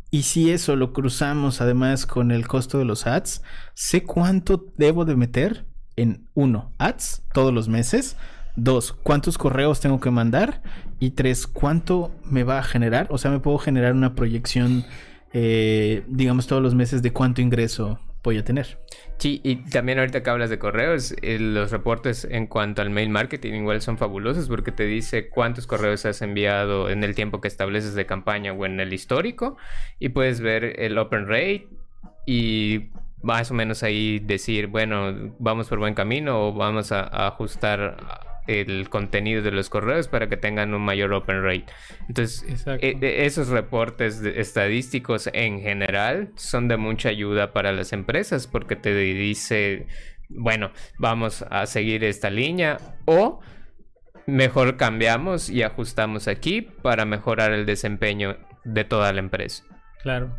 Y si eso lo cruzamos además con el costo de los ads, sé cuánto debo de meter en uno, ads todos los meses. Dos, cuántos correos tengo que mandar. Y tres, cuánto me va a generar. O sea, me puedo generar una proyección, eh, digamos, todos los meses de cuánto ingreso voy a tener. Sí, y también ahorita que hablas de correos, eh, los reportes en cuanto al mail marketing igual son fabulosos porque te dice cuántos correos has enviado en el tiempo que estableces de campaña o en el histórico, y puedes ver el open rate y más o menos ahí decir, bueno, vamos por buen camino o vamos a, a ajustar el contenido de los correos para que tengan un mayor open rate. Entonces, eh, esos reportes de, estadísticos en general son de mucha ayuda para las empresas porque te dice, bueno, vamos a seguir esta línea o mejor cambiamos y ajustamos aquí para mejorar el desempeño de toda la empresa. Claro.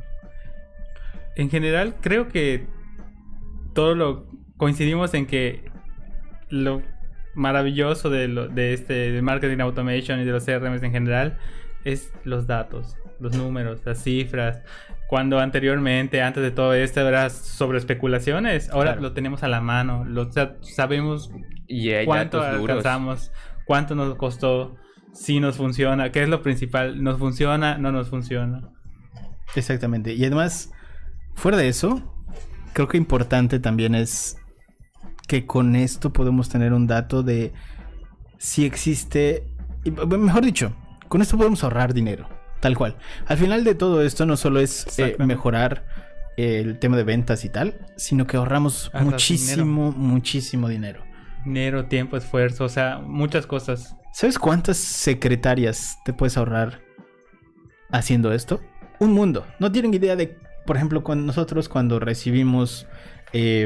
En general, creo que todo lo coincidimos en que lo maravilloso de, lo, de este de marketing automation y de los C R Ms en general es los datos, los números, las cifras. Cuando anteriormente, antes de todo esto, era sobre especulaciones, ahora claro, lo tenemos a la mano. Lo, o sea, sabemos y hay cuánto datos alcanzamos, duros, cuánto nos costó, si nos funciona, qué es lo principal, nos funciona, no nos funciona. Exactamente. Y además, fuera de eso, creo que importante también es que con esto podemos tener un dato de si existe, mejor dicho, con esto podemos ahorrar dinero, tal cual. Al final de todo esto no solo es eh, mejorar el tema de ventas y tal, sino que ahorramos Ahorras muchísimo, dinero. muchísimo dinero. Dinero, tiempo, esfuerzo, o sea, muchas cosas. ¿Sabes cuántas secretarias te puedes ahorrar haciendo esto? Un mundo. No tienen idea de, por ejemplo, cuando nosotros cuando recibimos eh,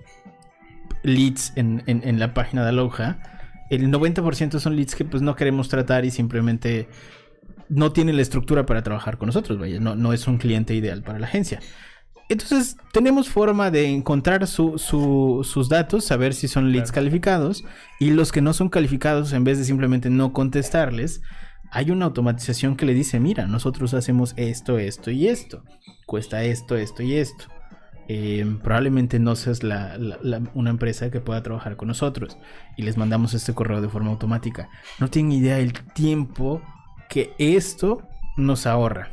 leads en, en, en la página de Aloha, el noventa por ciento son leads que pues no queremos tratar y simplemente no tienen la estructura para trabajar con nosotros, vaya, no, no es un cliente ideal para la agencia. Entonces tenemos forma de encontrar su, su, sus datos, saber si son leads claro. calificados, y los que no son calificados, en vez de simplemente no contestarles, hay una automatización que le dice, mira, nosotros hacemos esto, esto y esto, cuesta esto, esto y esto. Eh, probablemente no seas la, la, la, una empresa que pueda trabajar con nosotros y les mandamos este correo de forma automática. No tienen idea del tiempo que esto nos ahorra.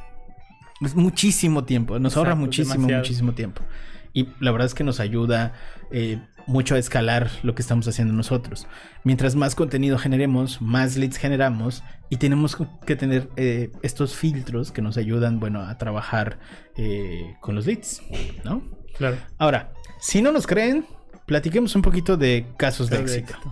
Es muchísimo tiempo, nos Exacto, ahorra muchísimo, demasiado. muchísimo tiempo. Y la verdad es que nos ayuda eh, mucho a escalar lo que estamos haciendo nosotros. Mientras más contenido generemos, más leads generamos y tenemos que tener eh, estos filtros que nos ayudan, bueno, a trabajar eh, con los leads, ¿no? Claro. Ahora, si no nos creen, platiquemos un poquito de casos claro, de éxito.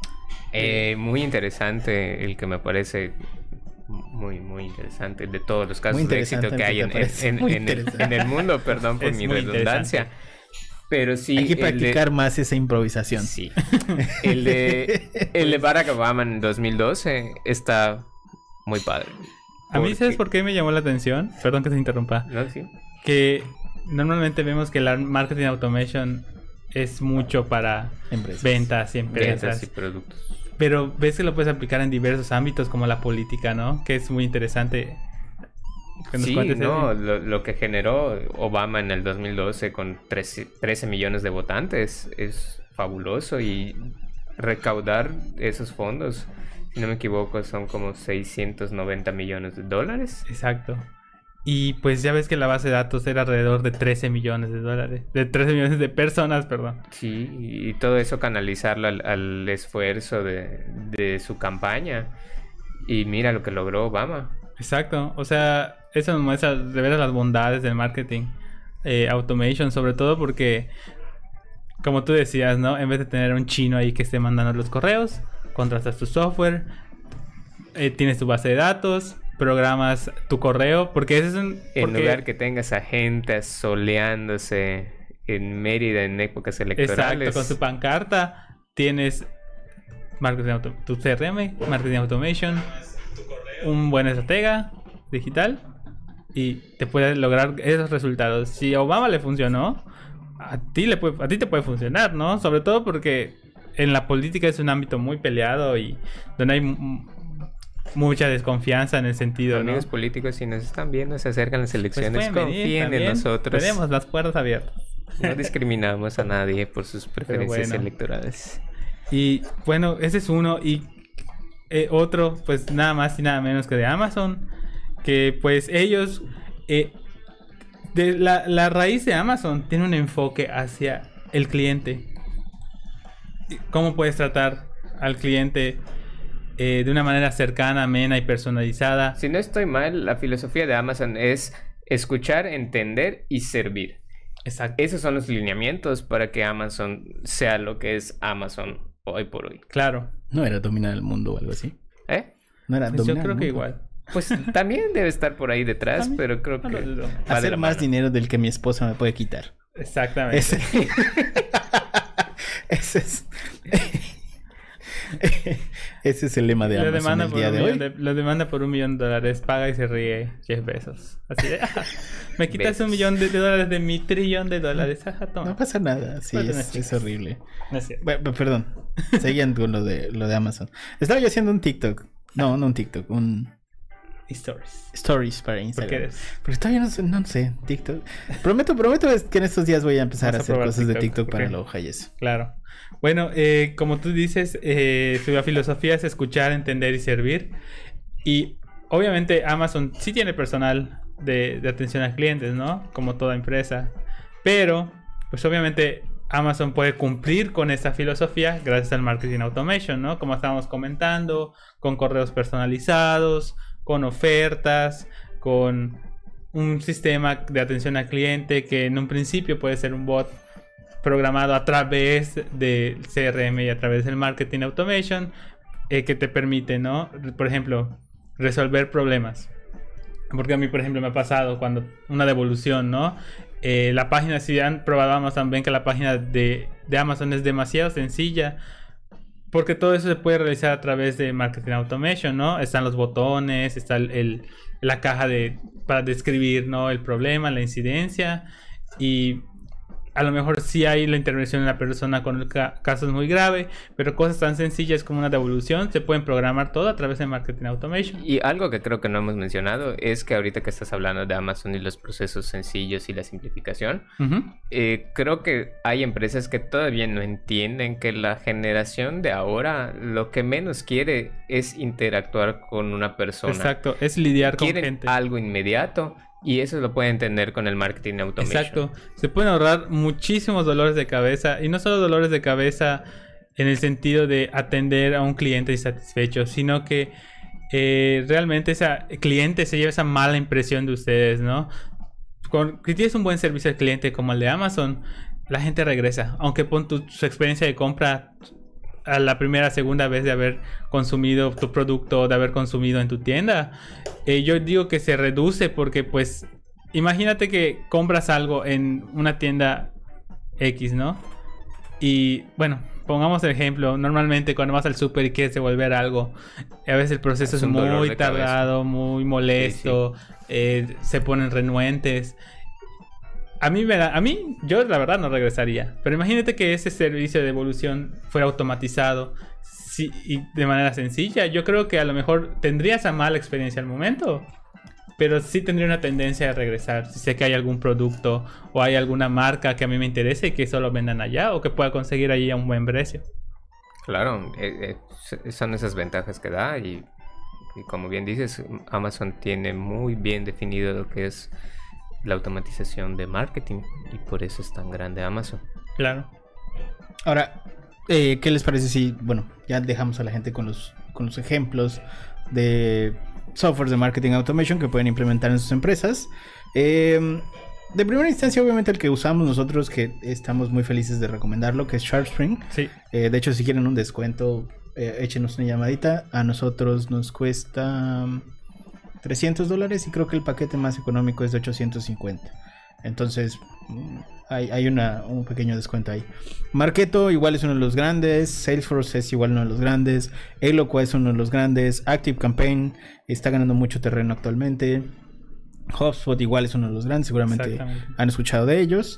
Eh, muy interesante el que me parece... Muy, muy interesante de todos los casos de éxito que hay en, en, en, en, el, en el mundo, perdón por es mi redundancia. Pero sí... Hay que practicar de, más esa improvisación. Sí. El de, el de Barack Obama en dos mil doce está muy padre. A porque... mí, ¿sabes por qué me llamó la atención? Perdón que se interrumpa. No, sí. Que normalmente vemos que la marketing automation es mucho para empresas. ventas y empresas. Ventas y productos. Pero ves que lo puedes aplicar en diversos ámbitos como la política, ¿no? Que es muy interesante. Sí, no, lo, lo que generó Obama en el dos mil doce con trece, trece millones de votantes es fabuloso, y recaudar esos fondos, si no me equivoco, son como seiscientos noventa millones de dólares. Exacto. Y pues ya ves que la base de datos era alrededor de trece millones de dólares. De trece millones de personas, perdón. Sí, y todo eso canalizarlo al, al esfuerzo de, de su campaña. Y mira lo que logró Obama. Exacto. O sea, eso nos muestra de veras las bondades del marketing eh, automation. Sobre todo porque, como tú decías, ¿no? En vez de tener un chino ahí que esté mandando los correos, contratas tu software, eh, tienes tu base de datos, programas tu correo, porque ese es un... En porque... lugar que tengas a gente soleándose en Mérida en épocas electorales. Exacto, con tu pancarta tienes marketing auto... tu C R M, marketing automation, un buen estratega digital y te puede lograr esos resultados. Si a Obama le funcionó, a ti, le puede... a ti te puede funcionar, ¿no? Sobre todo porque en la política es un ámbito muy peleado y donde hay... mucha desconfianza en el sentido, ¿no? Amigos políticos, si nos están viendo, se acercan las elecciones, Pues pueden venir confíen en también. nosotros. Tenemos las puertas abiertas. No discriminamos a nadie por sus preferencias bueno. electorales. Y bueno, ese es uno. Y eh, otro, pues nada más y nada menos que de Amazon. Que pues ellos... Eh, de la, la raíz de Amazon tiene un enfoque hacia el cliente. ¿Cómo puedes tratar al cliente eh, de una manera cercana, amena y personalizada? Si no estoy mal, la filosofía de Amazon es escuchar, entender y servir. Exacto. Esos son los lineamientos para que Amazon sea lo que es Amazon hoy por hoy. Claro. No era dominar el mundo o algo así. ¿Eh? No era Pues yo dominar creo el que mundo. igual. Pues también debe estar por ahí detrás, También. pero creo No que... lo dudo. va de Hacer la más mano. dinero del que mi esposa me puede quitar. Exactamente. Ese, Ese es... Ese es el lema de Lo Amazon demanda, el por día un de millón hoy. de, lo demanda por un millón de dólares, paga y se ríe Jeff Bezos. Así de, "Ah, me quitas Bezos. un millón de, de dólares de mi trillón de dólares. Ajá, toma. No pasa nada, sí, Pues, es, unas es chicas. horrible. No es cierto. Bueno, perdón, seguían con lo de, lo de Amazon. Estaba yo haciendo un TikTok. No, no un TikTok, un Stories. Stories para ¿Por qué Instagram. eres? Pero todavía no sé, no sé, TikTok. Prometo, prometo es que en estos días voy a empezar Vas a a hacer probar cosas de TikTok, TikTok para ok. la hoja y eso. Claro. Bueno, eh, como tú dices, eh, su filosofía es escuchar, entender y servir. Y obviamente Amazon sí tiene personal de, de atención a clientes, ¿no? Como toda empresa. Pero, pues obviamente Amazon puede cumplir con esa filosofía gracias al marketing automation, ¿no? Como estábamos comentando, con correos personalizados, con ofertas, con un sistema de atención al cliente que en un principio puede ser un bot programado a través del C R M y a través del marketing automation eh, que te permite, ¿no? Por ejemplo, resolver problemas. Porque a mí, por ejemplo, me ha pasado cuando una devolución, ¿no? Eh, la página, si han probado Amazon, ven que la página de, de Amazon es demasiado sencilla. Porque todo eso se puede realizar a través de marketing automation, ¿no? Están los botones, está el, el- la caja de, para describir, ¿no? El problema, la incidencia. Y a lo mejor sí hay la intervención de una persona con el ca- casos muy grave, pero cosas tan sencillas como una devolución se pueden programar todo a través de marketing automation. Y algo que creo que no hemos mencionado es que ahorita que estás hablando de Amazon y los procesos sencillos y la simplificación, Ujú. eh, creo que hay empresas que todavía no entienden que la generación de ahora lo que menos quiere es interactuar con una persona. Exacto, es lidiar con Quieren gente. algo inmediato y eso lo pueden entender con el marketing automation. Exacto, se pueden ahorrar muchísimos dolores de cabeza y no solo dolores de cabeza en el sentido de atender a un cliente insatisfecho, sino que eh, realmente ese cliente se lleva esa mala impresión de ustedes, ¿no? Con, si tienes un buen servicio al cliente como el de Amazon, la gente regresa, aunque pon tu, su experiencia de compra a la primera, segunda vez de haber consumido tu producto, de haber consumido en tu tienda, eh, yo digo que se reduce porque pues imagínate que compras algo en una tienda X, ¿no? Y bueno, pongamos el ejemplo, normalmente cuando vas al súper y quieres devolver algo, a veces el proceso Es es, un dolor muy de cabeza. tardado, muy molesto, eh, se ponen renuentes. A mí, me da, a mí, yo la verdad no regresaría. Pero imagínate que ese servicio de devolución fuera automatizado sí, y de manera sencilla. Yo creo que a lo mejor tendría esa mala experiencia al momento. Pero sí tendría una tendencia a regresar. Si sé que hay algún producto o hay alguna marca que a mí me interese y que solo vendan allá o que pueda conseguir allí a un buen precio. Claro, eh, eh, son esas ventajas que da y, y como bien dices, Amazon tiene muy bien definido lo que es la automatización de marketing y por eso es tan grande Amazon. Claro. Ahora, eh, ¿qué les parece si, bueno, ya dejamos a la gente con los, con los ejemplos de softwares de marketing automation que pueden implementar en sus empresas? Eh, de primera instancia, obviamente el que usamos nosotros, que estamos muy felices de recomendarlo, que es SharpSpring. Sí. Eh, de hecho, si quieren un descuento, eh, échenos una llamadita. A nosotros nos cuesta trescientos dólares y creo que el paquete más económico es de ochocientos cincuenta. Entonces mm, hay, hay una, un pequeño descuento ahí. Marketo igual es uno de los grandes. Salesforce es igual uno de los grandes. Eloqua es uno de los grandes. ActiveCampaign está ganando mucho terreno actualmente. HubSpot igual es uno de los grandes, seguramente han escuchado de ellos.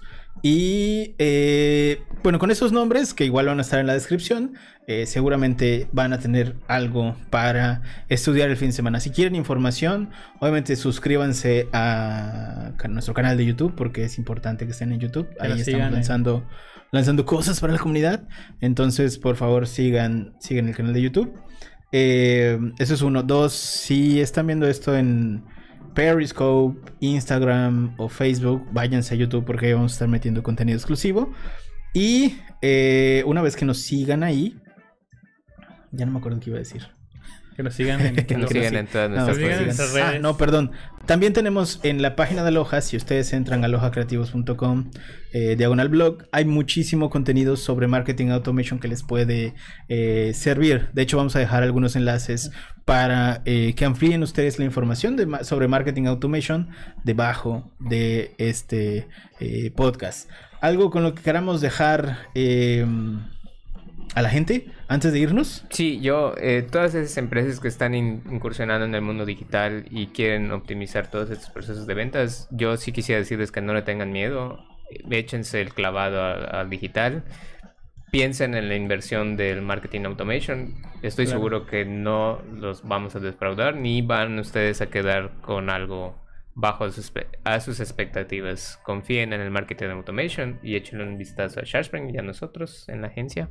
Y eh, bueno, con esos nombres que igual van a estar en la descripción, eh, seguramente van a tener algo para estudiar el fin de semana. Si quieren información, obviamente suscríbanse a, a nuestro canal de YouTube, porque es importante que estén en YouTube. Ahí estamos sigan, lanzando, eh. lanzando cosas para la comunidad. Entonces, por favor, sigan, sigan el canal de YouTube. Eh, eso es uno. Dos, si están viendo esto en Periscope, Instagram o Facebook, váyanse a YouTube porque vamos a estar metiendo contenido exclusivo. Y eh, una vez que nos sigan ahí, ya no me acuerdo qué iba a decir. Que nos sigan en, que nos sigan en todas nuestras, no, nuestras redes. Ah, no, perdón. También tenemos en la página de Aloha, si ustedes entran a aloha creativos punto com, eh, diagonal blog, hay muchísimo contenido sobre marketing automation que les puede eh, servir. De hecho, vamos a dejar algunos enlaces para eh, que amplíen ustedes la información de, sobre marketing automation debajo de este eh, podcast. Algo con lo que queramos dejar eh, a la gente antes de irnos. Sí, yo, eh, todas esas empresas que están in- incursionando en el mundo digital y quieren optimizar todos estos procesos de ventas, yo sí quisiera decirles que no le tengan miedo, échense el clavado al digital, piensen en la inversión del marketing automation. Estoy claro. seguro que no los vamos a defraudar ni van ustedes a quedar con algo bajo sus, a sus expectativas. Confíen en el marketing automation y échenle un vistazo a ShareSpring y a nosotros en la agencia.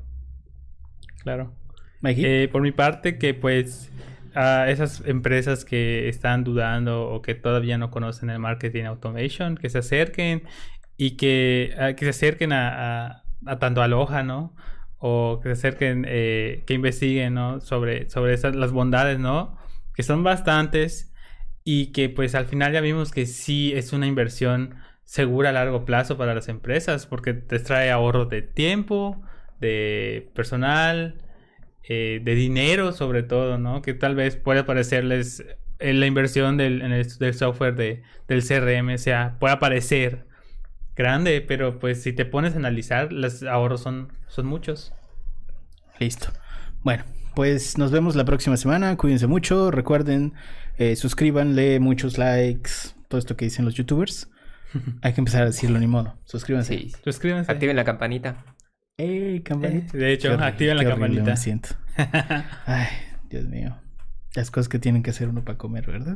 Claro. Eh, por mi parte, que pues a esas empresas que están dudando o que todavía no conocen el marketing automation, que se acerquen y que, a, que se acerquen a, a, a tanto Aloha, ¿no? O que se acerquen, eh, que investiguen, ¿no? Sobre, sobre esas, las bondades, ¿no? Que son bastantes y que pues al final ya vimos que sí es una inversión segura a largo plazo para las empresas porque te trae ahorro de tiempo, de personal, eh, de dinero sobre todo, ¿no? Que tal vez puede parecerles eh, la inversión del, en el, del software de, del C R M, o sea, puede parecer grande, pero pues si te pones a analizar, los ahorros son, son muchos. Listo. Bueno, pues nos vemos la próxima semana. Cuídense mucho. Recuerden, eh, suscríbanle, muchos likes, todo esto que dicen los youtubers. Hay que empezar a decirlo, ni modo. Suscríbanse. Sí. Suscríbanse. Activen la campanita. ¡Ey, campanita! De hecho, horrible, activen la campanita. Me siento. Ay, Dios mío. Las cosas que tienen que hacer uno para comer, ¿verdad?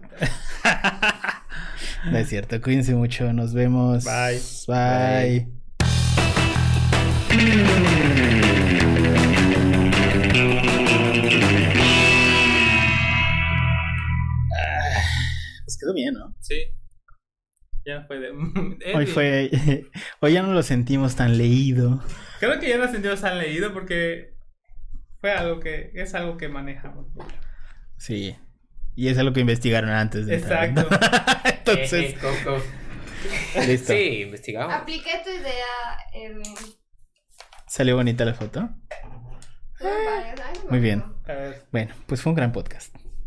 No es cierto. Cuídense mucho. Nos vemos. Bye. Bye. Bye. Pues quedó bien, ¿no? Sí. Ya fue de... Hoy fue... Hoy ya no lo sentimos tan leído. Creo que ya lo sentimos tan leído porque fue algo que... Es algo que manejamos. Sí. Y es algo que investigaron antes. De Exacto. entrar, ¿no? Entonces... Eh, eh, go, go. Listo. Sí, investigamos. Apliqué tu idea en... ¿Salió bonita la foto? Muy bien. Bueno, pues fue un gran podcast.